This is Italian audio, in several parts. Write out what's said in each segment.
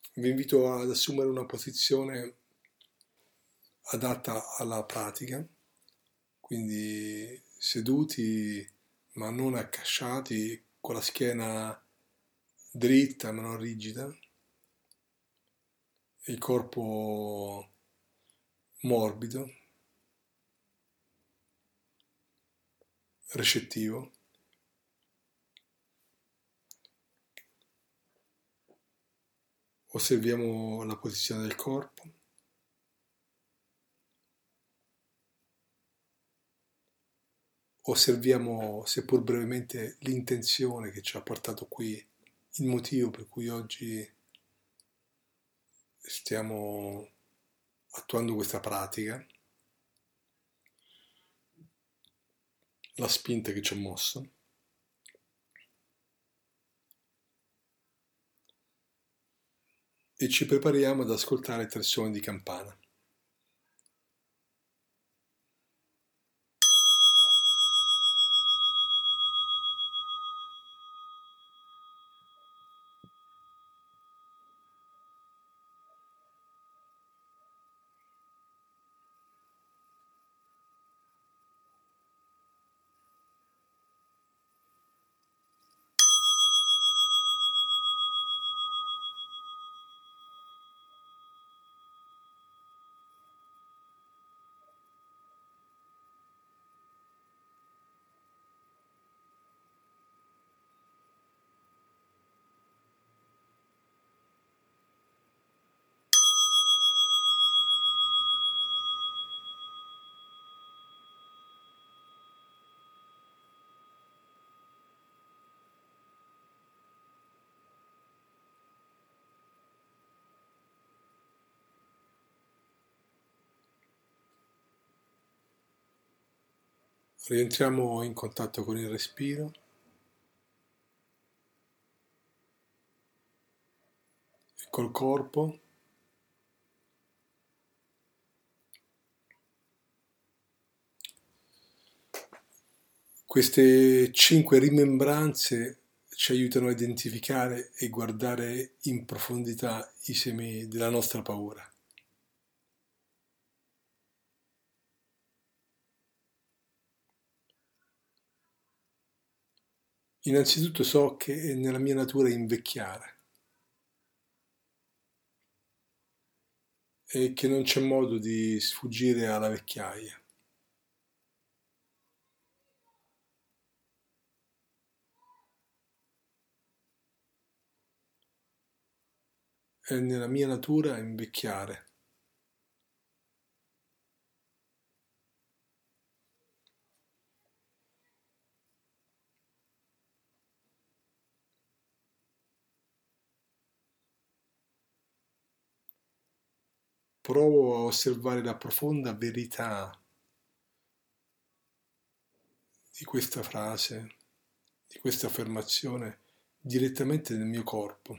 Vi invito ad assumere una posizione adatta alla pratica, quindi seduti ma non accasciati, con la schiena dritta ma non rigida, il corpo morbido, recettivo. Osserviamo la posizione del corpo. Osserviamo, seppur brevemente, l'intenzione che ci ha portato qui, il motivo per cui oggi stiamo attuando questa pratica, la spinta che ci ha mosso. E ci prepariamo ad ascoltare 3 suoni di campana. Rientriamo in contatto con il respiro e col corpo. Queste 5 rimembranze ci aiutano a identificare e guardare in profondità i semi della nostra paura. Innanzitutto so che è nella mia natura invecchiare e che non c'è modo di sfuggire alla vecchiaia. È nella mia natura invecchiare. Provo a osservare la profonda verità di questa frase, di questa affermazione direttamente nel mio corpo.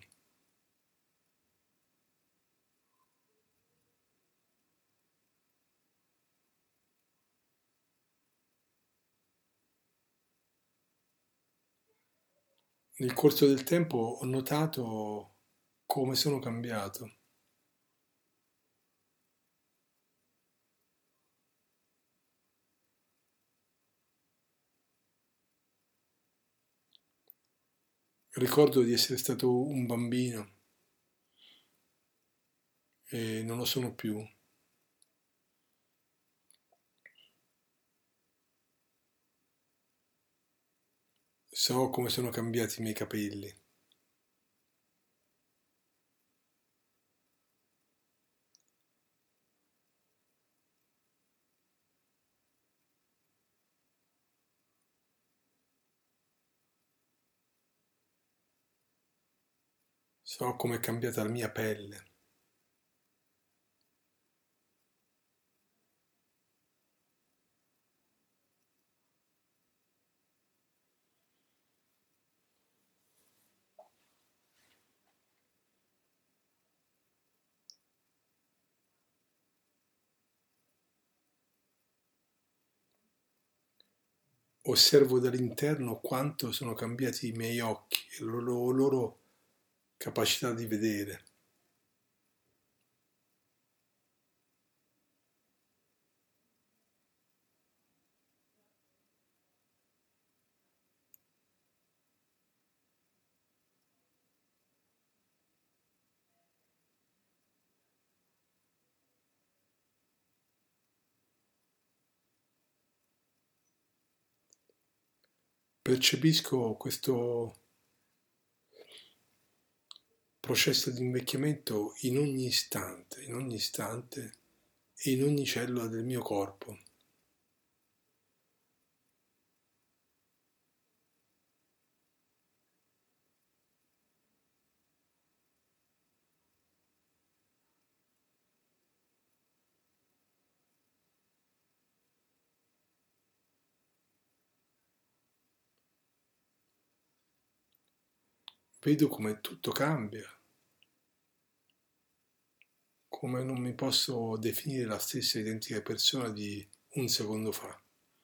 Nel corso del tempo ho notato come sono cambiato. Ricordo di essere stato un bambino e non lo sono più. So come sono cambiati i miei capelli. So come è cambiata la mia pelle. Osservo dall'interno quanto sono cambiati i miei occhi e la loro capacità di vedere. percepisco questo processo di invecchiamento in ogni istante e in ogni cellula del mio corpo. Vedo come tutto cambia, come non mi posso definire la stessa identica persona di un secondo fa.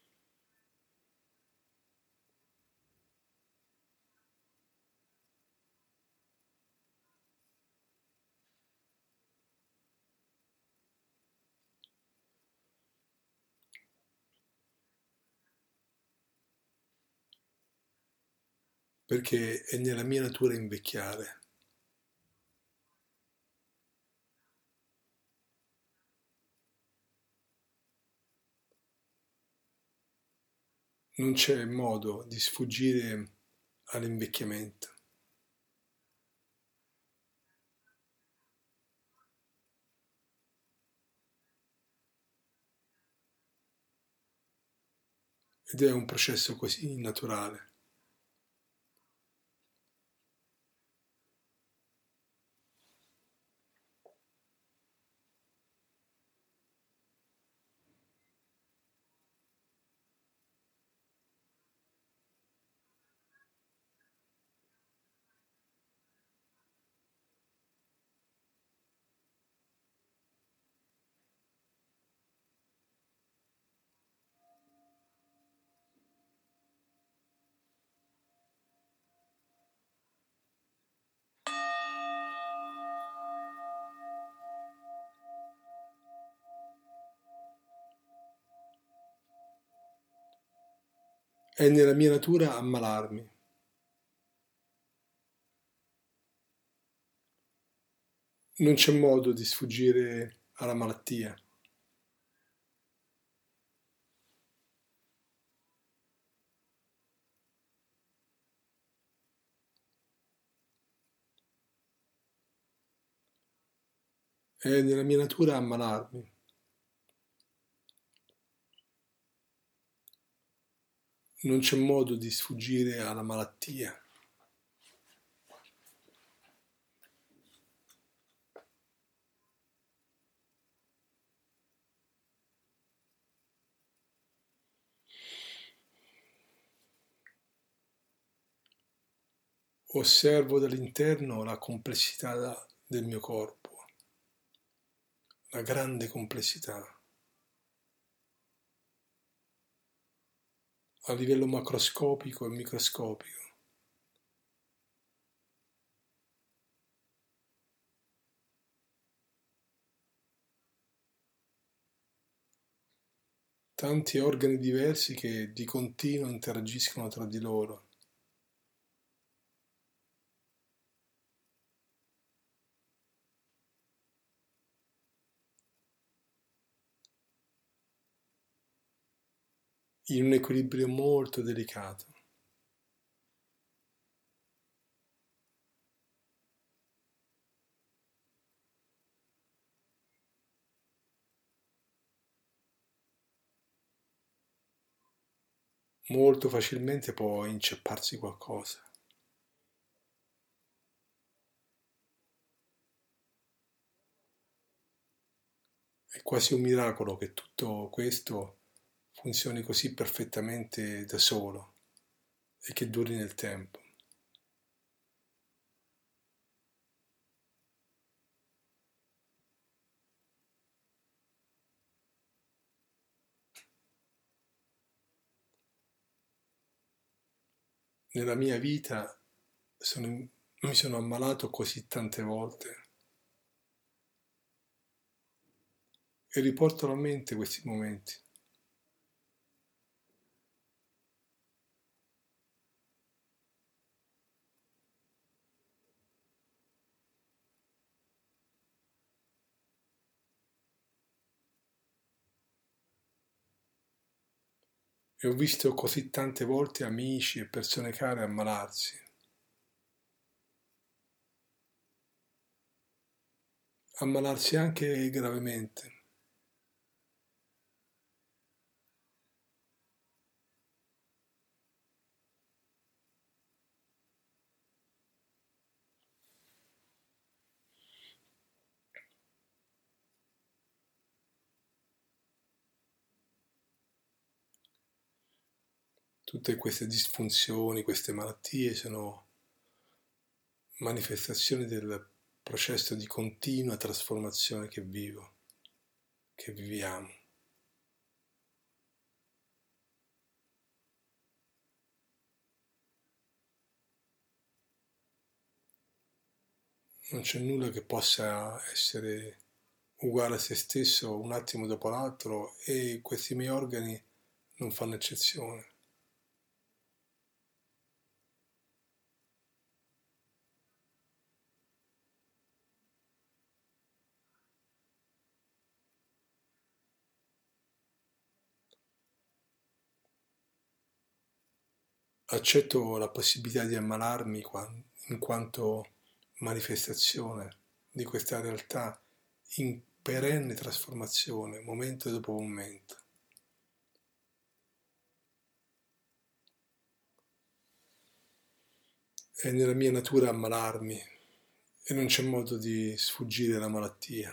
Perché è nella mia natura invecchiare. Non c'è modo di sfuggire all'invecchiamento. Ed è un processo così naturale. È nella mia natura ammalarmi. Non c'è modo di sfuggire alla malattia. È nella mia natura ammalarmi. Non c'è modo di sfuggire alla malattia. Osservo dall'interno la complessità del mio corpo, la grande complessità, a livello macroscopico e microscopico. Tanti organi diversi che di continuo interagiscono tra di loro. In un equilibrio molto delicato. Molto facilmente può incepparsi qualcosa. È quasi un miracolo che tutto questo funzioni così perfettamente da solo e che duri nel tempo. Nella mia vita mi sono ammalato così tante volte e riporto alla mente questi momenti. e ho visto così tante volte amici e persone care ammalarsi anche gravemente. Tutte queste disfunzioni, queste malattie sono manifestazioni del processo di continua trasformazione che vivo, che viviamo. Non c'è nulla che possa essere uguale a se stesso un attimo dopo l'altro e questi miei organi non fanno eccezione. Accetto la possibilità di ammalarmi in quanto manifestazione di questa realtà in perenne trasformazione, momento dopo momento. È nella mia natura ammalarmi e non c'è modo di sfuggire alla malattia.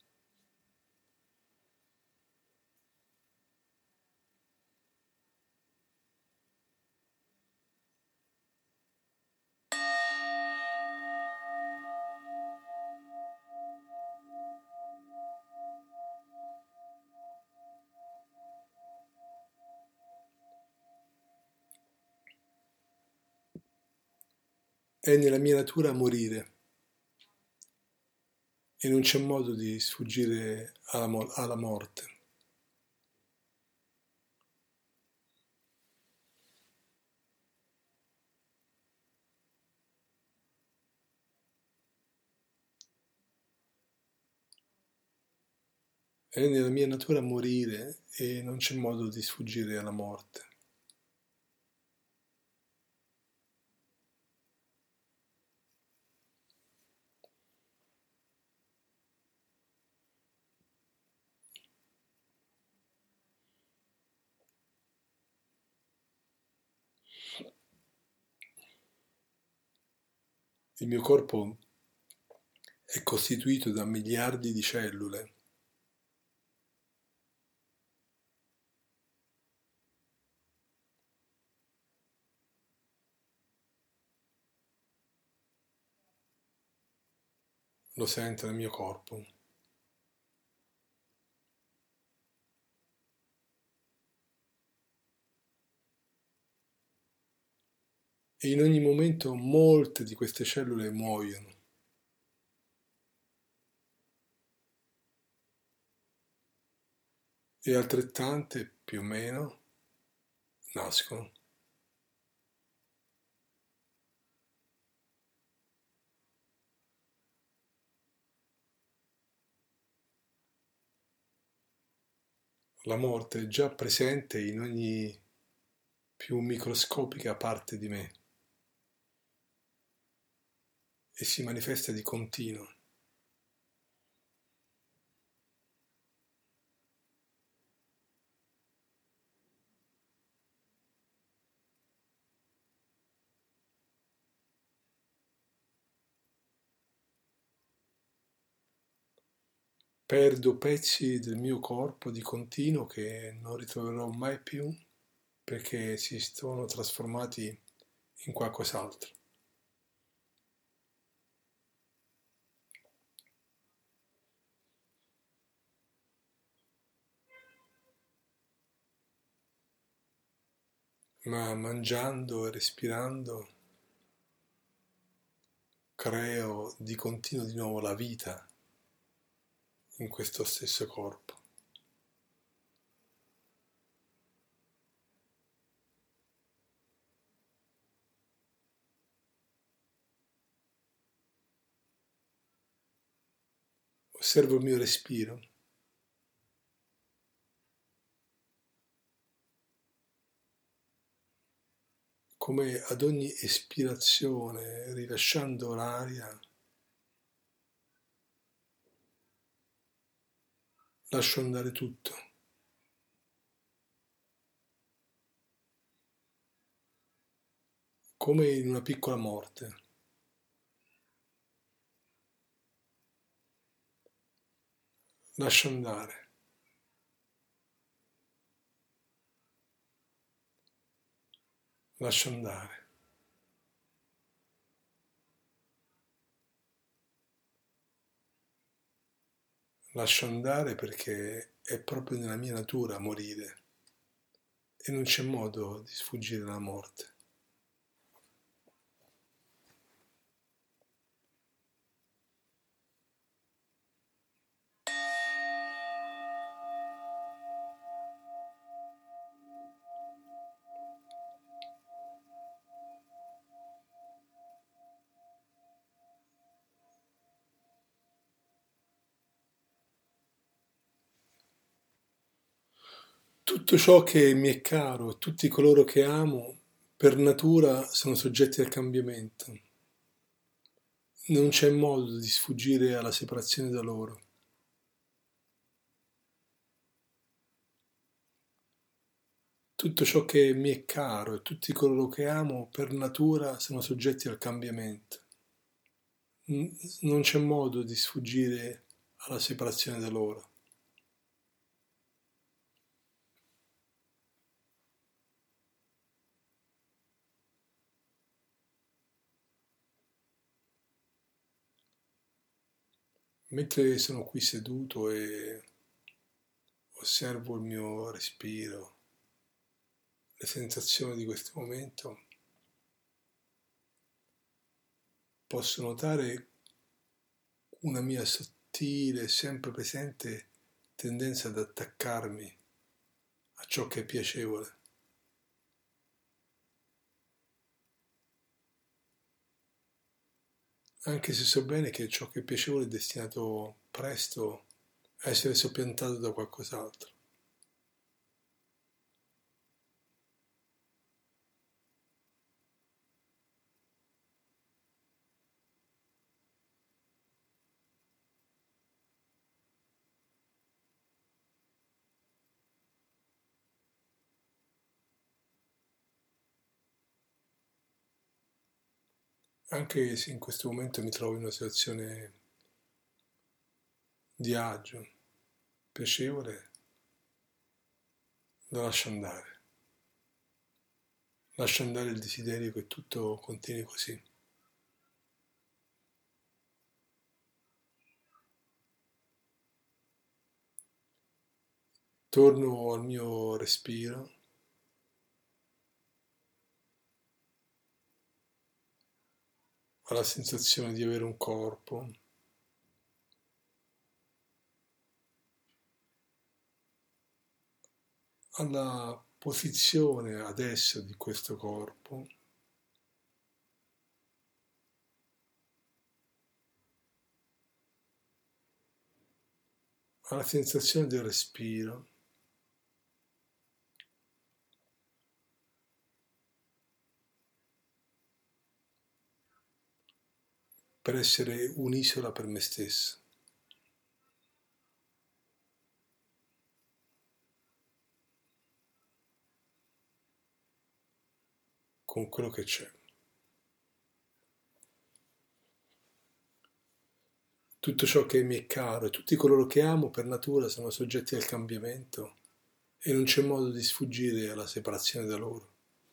È nella mia natura morire e non c'è modo di sfuggire alla morte. È nella mia natura morire e non c'è modo di sfuggire alla morte. Il mio corpo è costituito da miliardi di cellule. Lo sento nel mio corpo. E in ogni momento molte di queste cellule muoiono e altrettante, più o meno, nascono. La morte è già presente in ogni più microscopica parte di me e si manifesta di continuo. Perdo pezzi del mio corpo di continuo che non ritroverò mai più perché si sono trasformati in qualcos'altro. Ma mangiando e respirando creo di continuo di nuovo la vita in questo stesso corpo. Osservo il mio respiro come ad ogni espirazione, rilasciando l'aria, lascio andare tutto. Come in una piccola morte. Lascio andare. Lascio andare. Lascio andare perché è proprio nella mia natura morire e non c'è modo di sfuggire alla morte. Tutto ciò che mi è caro e tutti coloro che amo, per natura sono soggetti al cambiamento. Non c'è modo di sfuggire alla separazione da loro. Tutto ciò che mi è caro e tutti coloro che amo, per natura sono soggetti al cambiamento. Non c'è modo di sfuggire alla separazione da loro. Mentre sono qui seduto e osservo il mio respiro, le sensazioni di questo momento, posso notare una mia sottile e sempre presente tendenza ad attaccarmi a ciò che è piacevole. Anche se so bene che ciò che è piacevole è destinato presto a essere soppiantato da qualcos'altro. Anche se in questo momento mi trovo in una situazione di agio, piacevole, lo lascio andare. Lascio andare il desiderio che tutto continui così. Torno al mio respiro, alla sensazione di avere un corpo, alla posizione adesso di questo corpo, alla sensazione del respiro, per essere un'isola per me stesso, con quello che c'è. Tutto ciò che mi è caro e tutti coloro che amo per natura sono soggetti al cambiamento e non c'è modo di sfuggire alla separazione da loro.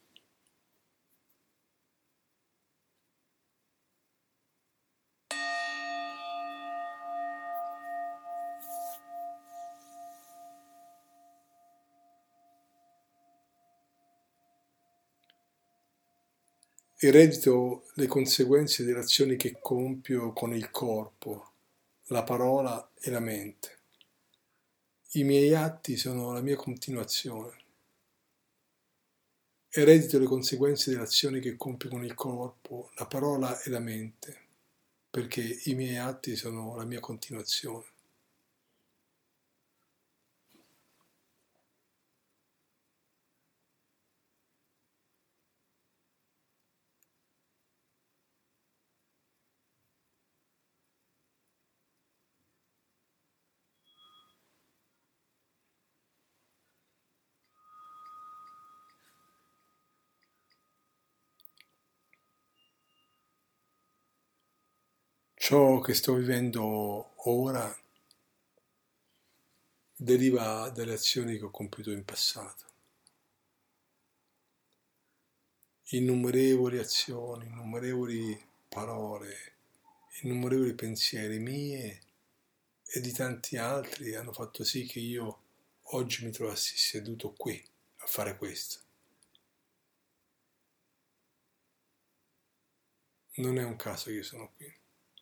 Eredito le conseguenze delle azioni che compio con il corpo, la parola e la mente. I miei atti sono la mia continuazione. Eredito le conseguenze delle azioni che compio con il corpo, la parola e la mente, perché i miei atti sono la mia continuazione. Ciò che sto vivendo ora deriva dalle azioni che ho compiuto in passato. Innumerevoli azioni, innumerevoli parole, innumerevoli pensieri mie e di tanti altri hanno fatto sì che io oggi mi trovassi seduto qui a fare questo. Non è un caso che io sono qui.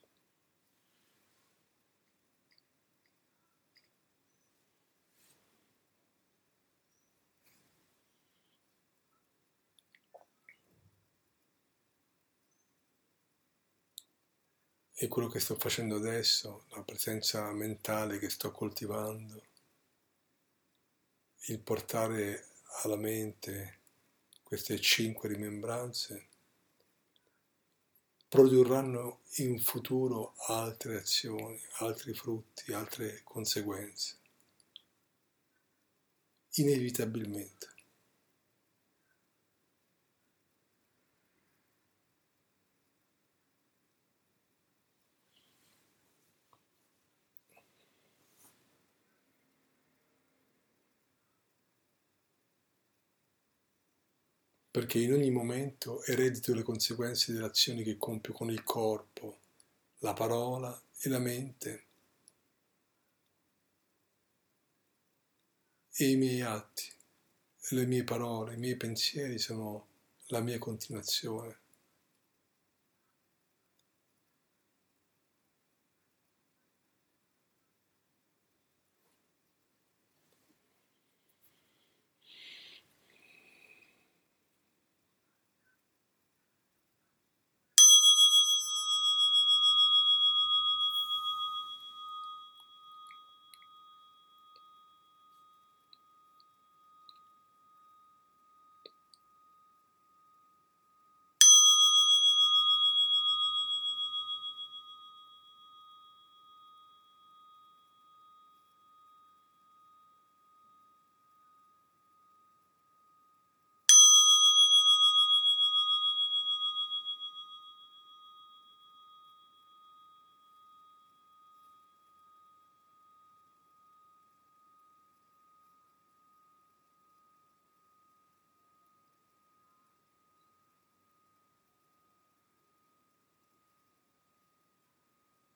E quello che sto facendo adesso, la presenza mentale che sto coltivando, il portare alla mente queste 5 rimembranze, produrranno in futuro altre azioni, altri frutti, altre conseguenze, inevitabilmente. Perché in ogni momento eredito le conseguenze delle azioni che compio con il corpo, la parola e la mente e i miei atti, le mie parole, i miei pensieri sono la mia continuazione.